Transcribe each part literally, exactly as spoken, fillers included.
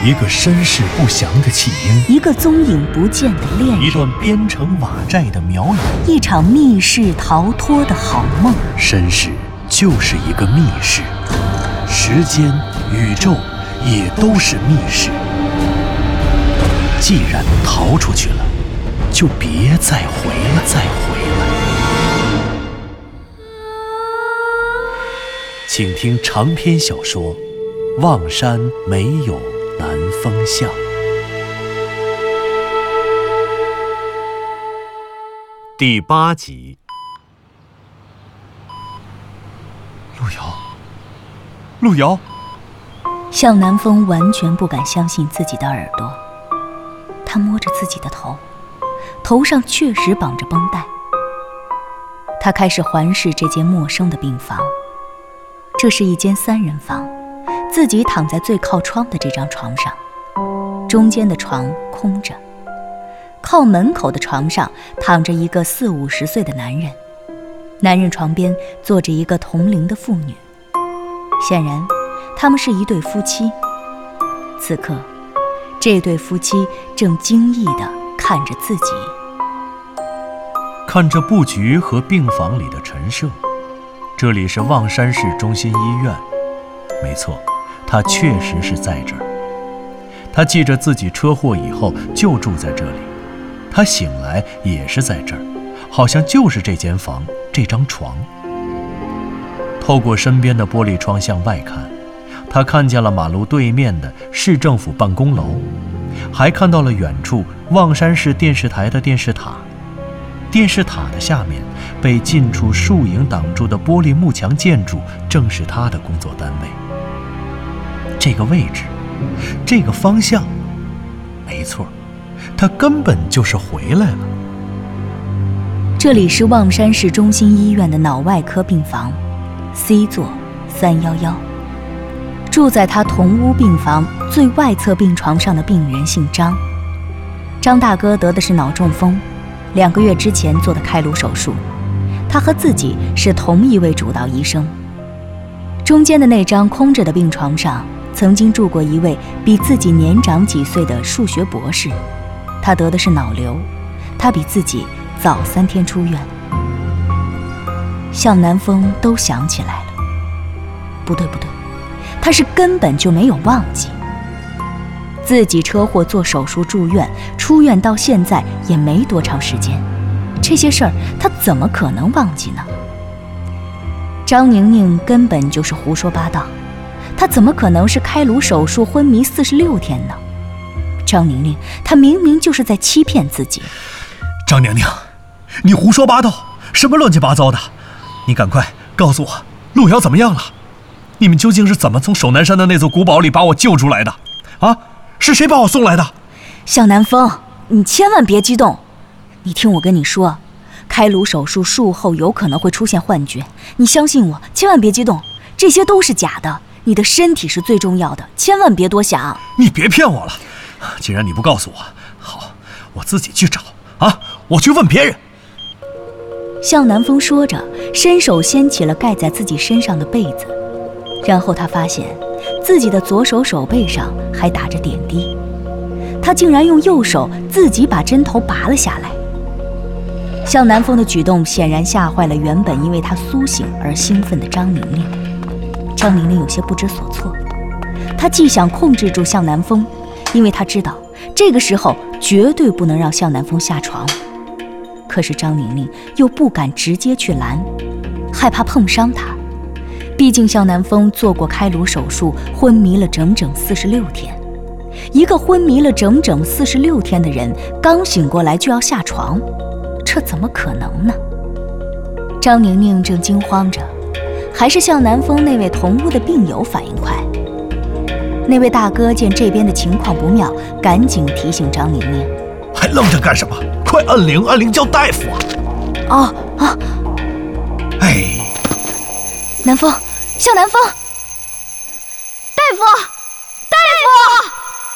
一个身世不详的弃婴， 一个踪影不见的恋人， 一段编成瓦寨的苗语， 一场密室逃脱的好梦。 身世就是一个密室，时间、宇宙也都是密室。既然逃出去了，就别再回来，再回来。请听长篇小说《望山没有南风向》第八集。 路遥，路遥！ 向南风完全不敢相信自己的耳朵，他摸着自己的头，头上确实绑着绷带。他开始环视这间陌生的病房，这是一间三人房，自己躺在最靠窗的这张床上，中间的床空着，靠门口的床上躺着一个四五十岁的男人，男人床边坐着一个同龄的妇女，显然他们是一对夫妻。此刻这对夫妻正惊异地看着自己， 看着布局和病房里的陈设，这里是望山市中心医院。没错，他确实是在这儿。他记着自己车祸以后就住在这里，他醒来也是在这儿，好像就是这间房，这张床。透过身边的玻璃窗向外看，他看见了马路对面的市政府办公楼，还看到了远处望山市电视台的电视塔。电视塔的下面被近处树影挡住的玻璃幕墙建筑，正是他的工作单位。这个位置，这个方向，没错，他根本就是回来了。 这里是望山市中心医院的脑外科病房 C 座三一一。住在他同屋病房最外侧病床上的病人姓张，张大哥得的是脑中风，两个月之前做的开颅手术，他和自己是同一位主刀医生。中间的那张空着的病床上曾经住过一位比自己年长几岁的数学博士，他得的是脑瘤，他比自己早三天出院。向南风都想起来了，不对不对，他是根本就没有忘记。自己车祸做手术住院，出院到现在也没多长时间，这些事儿他怎么可能忘记呢？张宁宁根本就是胡说八道，她怎么可能是开颅手术昏迷四十六天呢？张宁宁，她明明就是在欺骗自己。 张宁宁，你胡说八道，什么乱七八糟的？你赶快告诉我，路遥怎么样了？你们究竟是怎么从守南山的那座古堡里把我救出来的？啊，是谁把我送来的？ 向南风，你千万别激动，你听我跟你说，开颅手术术后有可能会出现幻觉，你相信我，千万别激动，这些都是假的，你的身体是最重要的，千万别多想。 你别骗我了，既然你不告诉我，好，我自己去找啊，我去问别人。 向南风说着，伸手掀起了盖在自己身上的被子，然后他发现自己的左手手背上还打着点滴，他竟然用右手自己把针头拔了下来。向南风的举动显然吓坏了原本因为他苏醒而兴奋的张宁宁。张宁宁有些不知所措，他既想控制住向南风，因为他知道这个时候绝对不能让向南风下床，可是张宁宁又不敢直接去拦，害怕碰伤他。毕竟向南风做过开颅手术，昏迷了整整四十六天。一个昏迷了整整四十六天的人，刚醒过来就要下床，这怎么可能呢？张宁宁正惊慌着，还是向南风那位同屋的病友反应快。那位大哥见这边的情况不妙，赶紧提醒张宁宁：“ 还愣着干什么？快按铃，按铃叫大夫啊！” 哦啊！ 哎， 南风，向南风，大夫，大夫！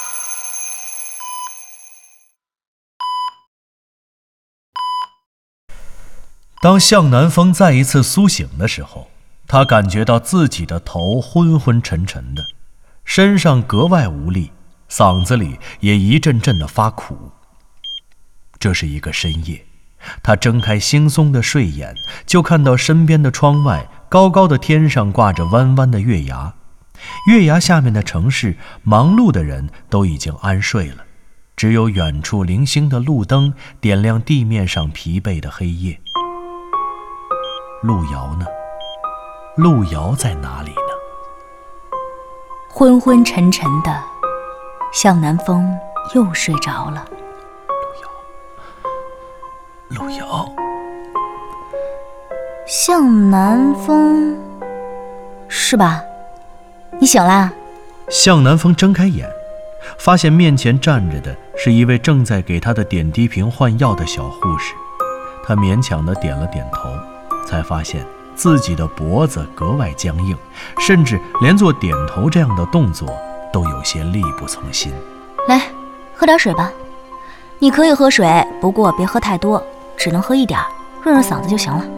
当向南风再一次苏醒的时候，他感觉到自己的头昏昏沉沉的，身上格外无力， 嗓子里也一阵阵的发苦。这是一个深夜，他睁开惺忪的睡眼，就看到身边的窗外高高的天上挂着弯弯的月牙，月牙下面的城市，忙碌的人都已经安睡了，只有远处零星的路灯点亮地面上疲惫的黑夜。路遥呢？路遥在哪里呢？ 昏昏沉沉的，向南风又睡着了。 路遥， 向南风，是吧？你醒啦？ 向南风睁开眼，发现面前站着的是一位正在给他的点滴瓶换药的小护士。他勉强地点了点头，才发现自己的脖子格外僵硬，甚至连做点头这样的动作都有些力不从心。 来，喝点水吧。你可以喝水，不过别喝太多，只能喝一点，润润嗓子就行了。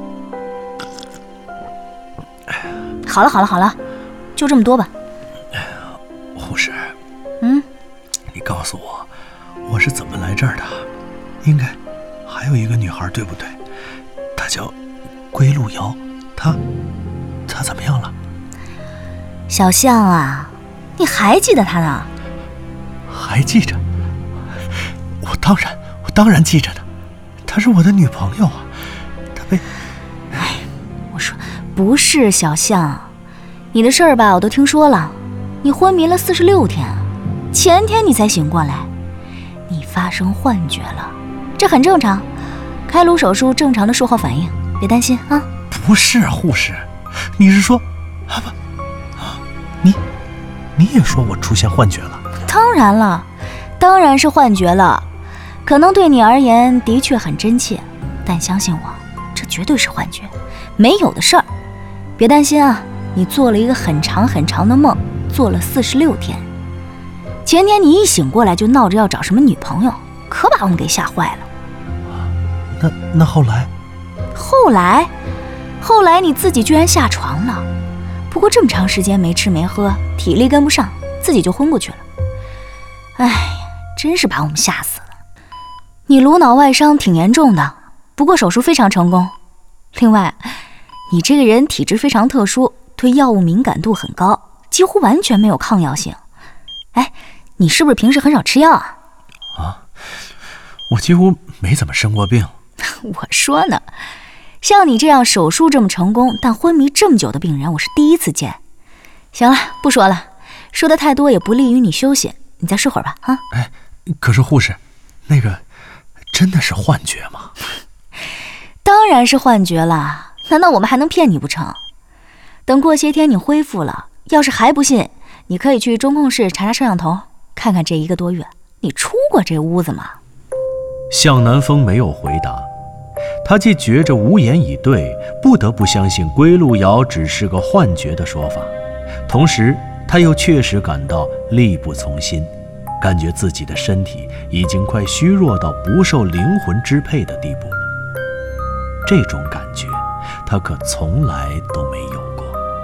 好了好了好了，就这么多吧。 护士， 嗯， 你告诉我，我是怎么来这儿的？应该还有一个女孩，对不对？她叫归路遥，她她怎么样了？ 小象啊，你还记得她呢？ 还记着？我当然我当然记着呢，她是我的女朋友啊。她被…… 哎，我说不是小象，你的事儿吧，我都听说了。你昏迷了四十六天，前天你才醒过来，你发生幻觉了，这很正常，开颅手术正常的术后反应，别担心啊。 不是啊，护士，你是说啊不，你你也说我出现幻觉了？ 当然了，当然是幻觉了，可能对你而言的确很真切，但相信我，这绝对是幻觉，没有的事儿。别担心啊，你做了一个很长很长的梦，做了四十六天。前天你一醒过来就闹着要找什么女朋友，可把我们给吓坏了。 那那后来？ 后来，后来你自己居然下床了，不过这么长时间没吃没喝，体力跟不上，自己就昏过去了。哎呀，真是把我们吓死了。你颅脑外伤挺严重的，不过手术非常成功。另外，你这个人体质非常特殊，对药物敏感度很高，几乎完全没有抗药性。哎，你是不是平时很少吃药啊？ 啊，我几乎没怎么生过病。 我说呢，像你这样手术这么成功但昏迷这么久的病人，我是第一次见。行了，不说了，说的太多也不利于你休息，你再睡会儿吧。啊， 哎，可是护士，那个真的是幻觉吗？ 当然是幻觉啦，难道我们还能骗你不成？等过些天你恢复了，要是还不信，你可以去中控室查查摄像头，看看这一个多月你出过这屋子吗？ 向南风没有回答，他既觉着无言以对，不得不相信归路遥只是个幻觉的说法，同时他又确实感到力不从心，感觉自己的身体已经快虚弱到不受灵魂支配的地步了。这种感觉他可从来都没有过。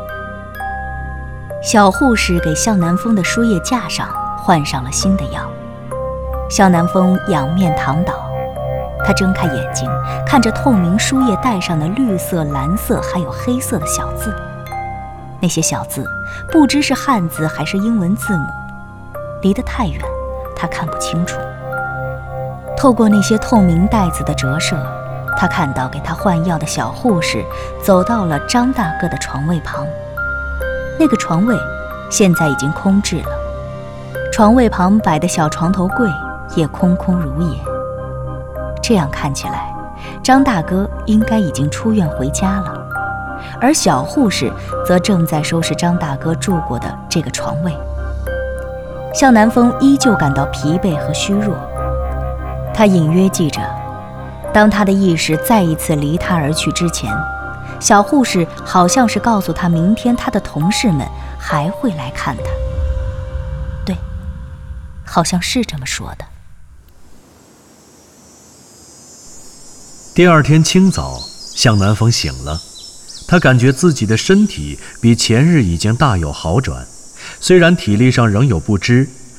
小护士给向南风的输液架上换上了新的药，向南风仰面躺倒，他睁开眼睛，看着透明输液带上的绿色、蓝色还有黑色的小字。那些小字不知是汉字还是英文字母，离得太远，他看不清楚。透过那些透明带子的折射，他看到给他换药的小护士走到了张大哥的床位旁。那个床位现在已经空置了，床位旁摆的小床头柜也空空如也。这样看起来，张大哥应该已经出院回家了，而小护士则正在收拾张大哥住过的这个床位。向南风依旧感到疲惫和虚弱，他隐约记着，当他的意识再一次离他而去之前，小护士好像是告诉他，明天他的同事们还会来看他。对，好像是这么说的。 第二天清早，向南风醒了，他感觉自己的身体比前日已经大有好转，虽然体力上仍有不支，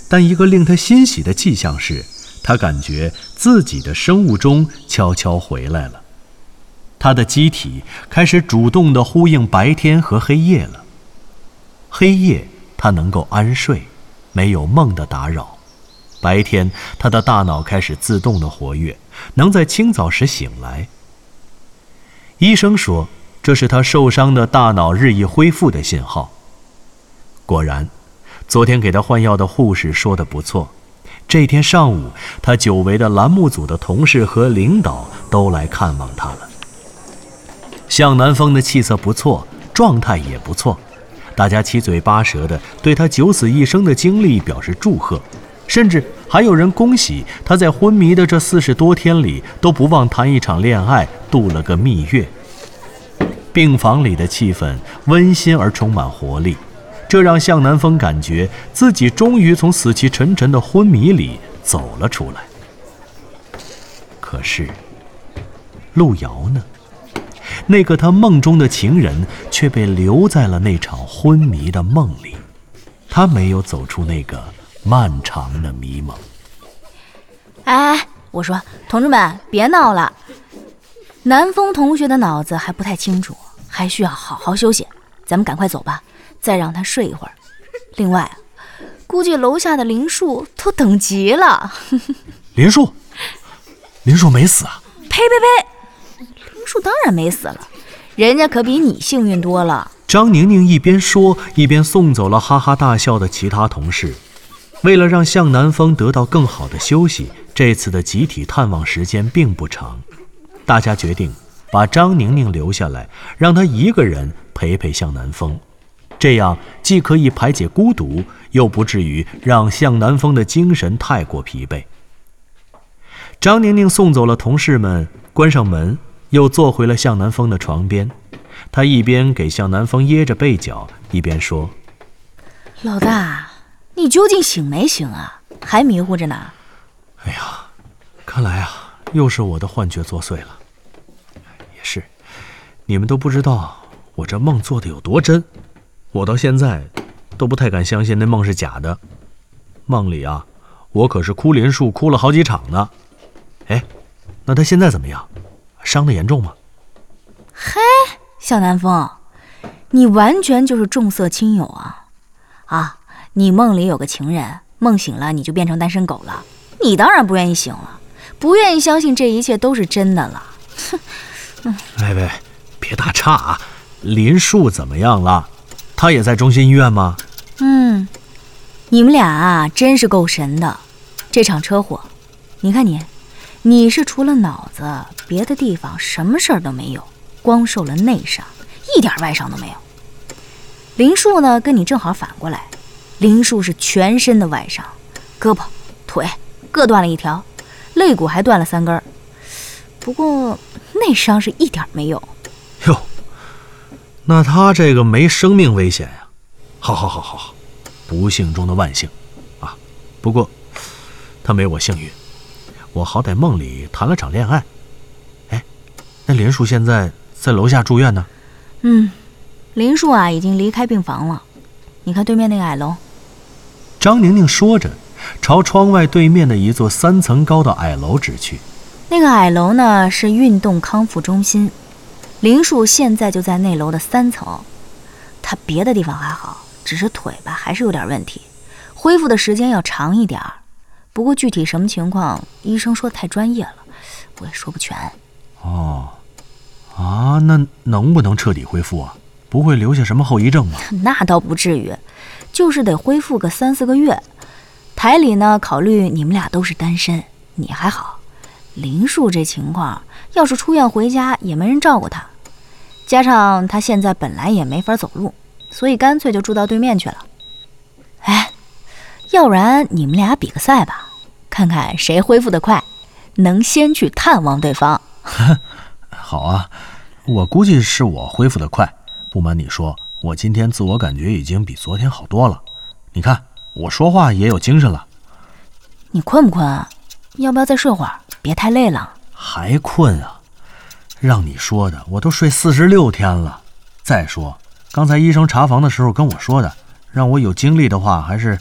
但一个令他欣喜的迹象是，他感觉自己的生物钟悄悄回来了。他的机体开始主动地呼应白天和黑夜了。黑夜他能够安睡，没有梦的打扰；白天他的大脑开始自动的活跃，能在清早时醒来。医生说，这是他受伤的大脑日益恢复的信号。果然，昨天给他换药的护士说得不错。这天上午，他久违的栏目组的同事和领导都来看望他了。向南风的气色不错，状态也不错，大家七嘴八舌地对他九死一生的经历表示祝贺，甚至还有人恭喜他在昏迷的这四十多天里都不忘谈一场恋爱，度了个蜜月。病房里的气氛温馨而充满活力，这让向南风感觉自己终于从死气沉沉的昏迷里走了出来。可是路遥呢？那个他梦中的情人却被留在了那场昏迷的梦里，他没有走出那个漫长的迷蒙。 哎，我说同志们别闹了，南风同学的脑子还不太清楚，还需要好好休息，咱们赶快走吧，再让他睡一会儿。另外估计楼下的林树都等急了。 林树林树没死啊？ 呸呸呸，林树当然没死了，人家可比你幸运多了。 张宁宁一边说一边送走了哈哈大笑的其他同事。为了让向南风得到更好的休息，这次的集体探望时间并不长，大家决定把张宁宁留下来，让她一个人陪陪向南风，这样既可以排解孤独，又不至于让向南风的精神太过疲惫。张宁宁送走了同事们，关上门，又坐回了向南风的床边。她一边给向南风掖着被角，一边说： 老大，你究竟醒没醒啊？还迷糊着呢。 哎呀，看来啊，又是我的幻觉作祟了。也是，你们都不知道我这梦做的有多真，我到现在都不太敢相信那梦是假的。梦里啊，我可是哭林树哭了好几场呢。哎，那他现在怎么样？伤得严重吗？ 嘿，向南风，你完全就是重色轻友啊！啊，你梦里有个情人，梦醒了你就变成单身狗了，你当然不愿意醒了，不愿意相信这一切都是真的了。 哼，喂喂，别打岔啊！林树怎么样了？他也在中心医院吗？ 嗯，你们俩啊，真是够神的。这场车祸，你看你，你是除了脑子，别的地方什么事儿都没有，光受了内伤，一点外伤都没有。林树呢，跟你正好反过来，林树是全身的外伤，胳膊、腿各断了一条，肋骨还断了三根，不过内伤是一点没有。 哟，那他这个没生命危险呀！好好好好好，不幸中的万幸啊！不过他没我幸运，我好歹梦里谈了场恋爱。哎，那林树现在在楼下住院呢？ 嗯，林树啊已经离开病房了。你看对面那个矮楼。 张宁宁说着，朝窗外对面的一座三层高的矮楼指去。 那个矮楼呢是运动康复中心，林树现在就在那楼的三层。他别的地方还好，只是腿吧还是有点问题，恢复的时间要长一点。不过具体什么情况，医生说太专业了，我也说不全。 哦，啊，那能不能彻底恢复啊？不会留下什么后遗症吗？ 那倒不至于，就是得恢复个三四个月。台里呢考虑你们俩都是单身，你还好，林树这情况，要是出院回家也没人照顾他，加上他现在本来也没法走路，所以干脆就住到对面去了。哎，要不然你们俩比个赛吧，看看谁恢复得快，能先去探望对方。 好啊，我估计是我恢复得快。不瞒你说，我今天自我感觉已经比昨天好多了。你看，我说话也有精神了。 你困不困啊？要不要再睡会儿？别太累了。 还困啊？让你说的，我都睡四十六天了。再说，刚才医生查房的时候跟我说的，让我有精力的话，还是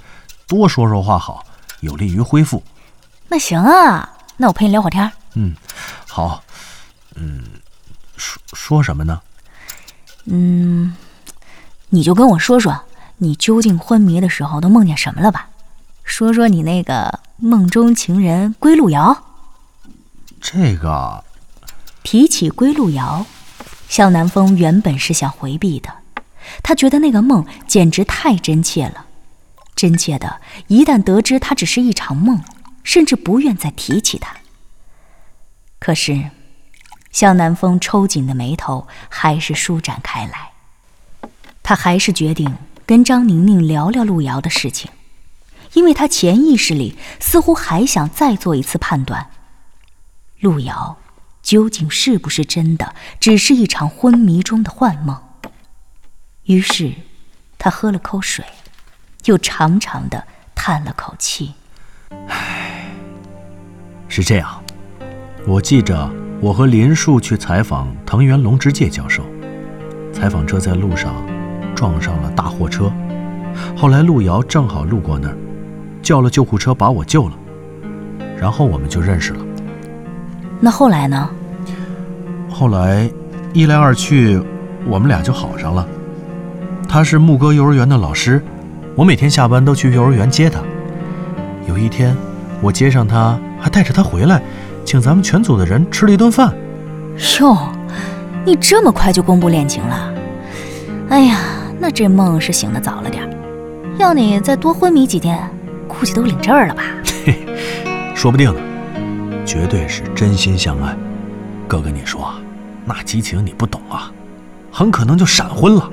多说说话好，有利于恢复。 那行啊，那我陪你聊会儿天。 嗯，好。嗯，说说什么呢？ 嗯，你就跟我说说，你究竟昏迷的时候都梦见什么了吧？说说你那个梦中情人归路遥。 这个， 提起归路遥，向南风原本是想回避的，他觉得那个梦简直太真切了，真切的一旦得知它只是一场梦，甚至不愿再提起它。可是向南风抽紧的眉头还是舒展开来，他还是决定跟张宁宁聊聊路遥的事情，因为他潜意识里似乎还想再做一次判断，路遥究竟是不是真的只是一场昏迷中的幻梦。于是他喝了口水，又长长的叹了口气。 唉，是这样，我记着我和林树去采访藤原龙之介教授，采访车在路上撞上了大货车，后来路遥正好路过那儿，叫了救护车把我救了，然后我们就认识了。 那后来呢？ 后来一来二去，我们俩就好上了。他是牧歌幼儿园的老师，我每天下班都去幼儿园接他。有一天我接上他，还带着他回来，请咱们全组的人吃了一顿饭。 哟，你这么快就公布恋情了？哎呀，那这梦是醒得早了点，要你再多昏迷几天，估计都领证了吧？ 嘿，说不定呢，绝对是真心相爱。哥跟你说啊，那激情你不懂啊，很可能就闪婚了。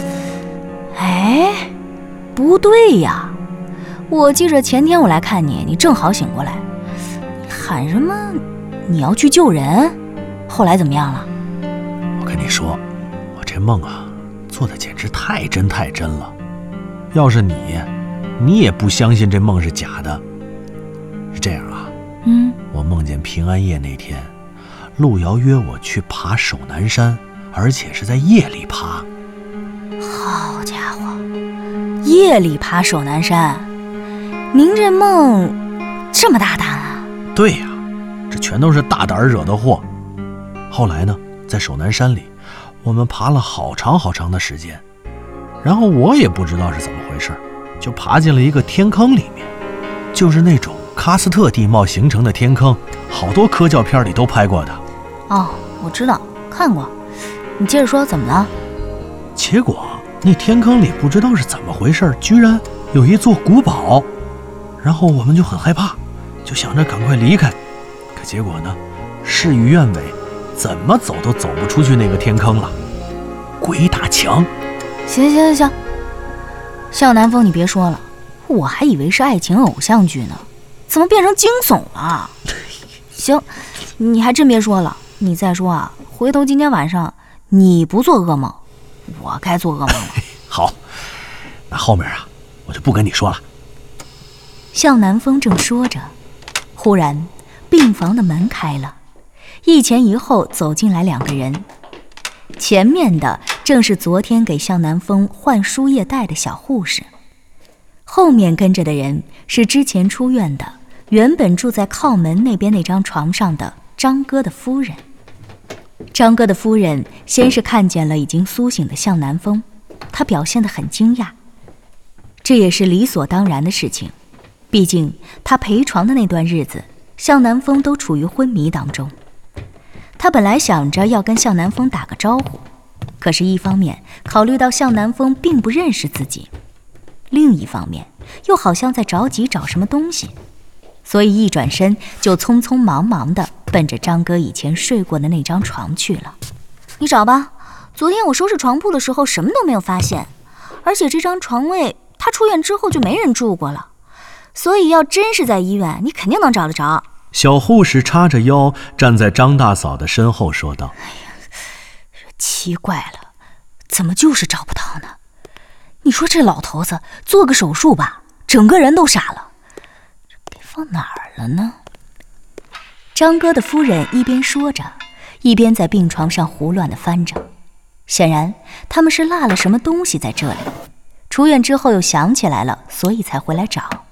哎，不对呀，我记着前天我来看你，你正好醒过来，喊什么你要去救人，后来怎么样了？ 我跟你说，我这梦啊做的简直太真太真了，要是你你也不相信这梦是假的。是这样啊， 嗯， 我梦见平安夜那天，路遥约我去爬首南山，而且是在夜里爬。 好家伙，夜里爬首南山，您这梦这么大胆啊？ 对呀，这全都是大胆惹的祸。后来呢，在首南山里，我们爬了好长好长的时间，然后我也不知道是怎么回事，就爬进了一个天坑里面，就是那种喀斯特地貌形成的天坑，好多科教片里都拍过的。 哦，我知道，看过。你接着说，怎么了？ 结果那天坑里不知道是怎么回事，居然有一座古堡，然后我们就很害怕，就想着赶快离开。可结果呢，事与愿违，怎么走都走不出去那个天坑了，鬼打墙。 行行行行，向南风你别说了，我还以为是爱情偶像剧呢，怎么变成惊悚了？行，你还真别说了，你再说啊，回头今天晚上你不做噩梦，我该做噩梦了。 好，那后面啊，我就不跟你说了。 向南风正说着，忽然病房的门开了，一前一后走进来两个人。前面的正是昨天给向南风换输液袋的小护士，后面跟着的人是之前出院的，原本住在靠门那边那张床上的张哥的夫人。张哥的夫人先是看见了已经苏醒的向南风，她表现得很惊讶，这也是理所当然的事情，毕竟她陪床的那段日子，向南风都处于昏迷当中。她本来想着要跟向南风打个招呼，可是一方面考虑到向南风并不认识自己，另一方面又好像在着急找什么东西，所以一转身就匆匆忙忙地奔着张哥以前睡过的那张床去了。你找吧，昨天我收拾床铺的时候什么都没有发现，而且这张床位他出院之后就没人住过了，所以要真是在医院，你肯定能找得着。 小护士叉着腰站在张大嫂的身后说道： 哎呀，奇怪了，怎么就是找不到呢？你说这老头子做个手术吧，整个人都傻了，给放哪儿了呢？张哥的夫人一边说着，一边在病床上胡乱地翻着，显然他们是落了什么东西在这里，出院之后又想起来了，所以才回来找。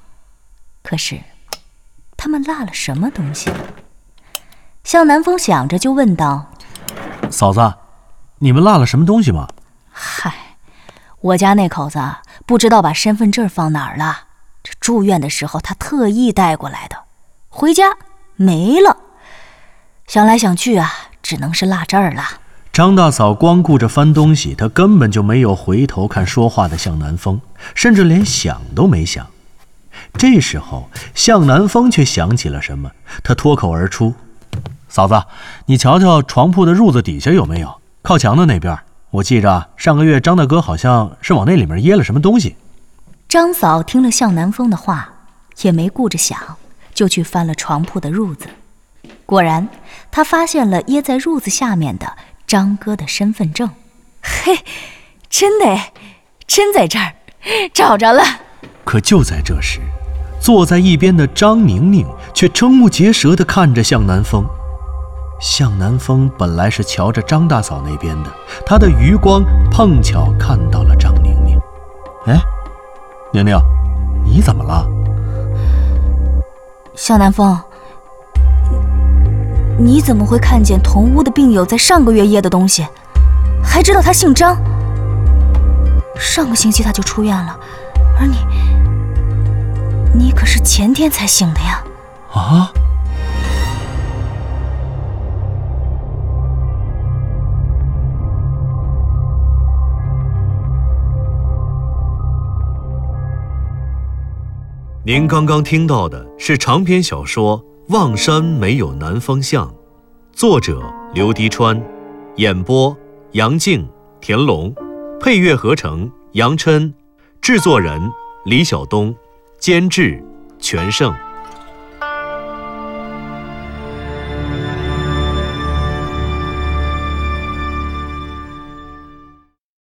可是他们落了什么东西？向南风想着就问道： 嫂子，你们落了什么东西吗？ 嗨，我家那口子不知道把身份证放哪儿了，这住院的时候他特意带过来的，回家没了。想来想去啊，只能是落这儿了。 张大嫂光顾着翻东西，她根本就没有回头看说话的向南风，甚至连想都没想。这时候向南风却想起了什么，他脱口而出：嫂子，你瞧瞧床铺的褥子底下有没有？靠墙的那边，我记着上个月张大哥好像是往那里面掖了什么东西。 张嫂听了向南风的话，也没顾着想，就去翻了床铺的褥子。果然她发现了掖在褥子下面的张哥的身份证。嘿，真的哎，真在这儿，找着了。 可就在这时，坐在一边的张宁宁却瞠目结舌地看着向南风。向南风本来是瞧着张大嫂那边的，他的余光碰巧看到了张宁宁。哎，宁宁，你怎么了？ 向南风，你怎么会看见同屋的病友在上个月掖的东西，还知道他姓张？上个星期他就出院了，而你你可是前天才醒的呀。 啊？您刚刚听到的是长篇小说《望山没有南方向》，作者刘迪川，演播杨静、田龙，配乐合成杨琛，制作人李晓东，监制全胜。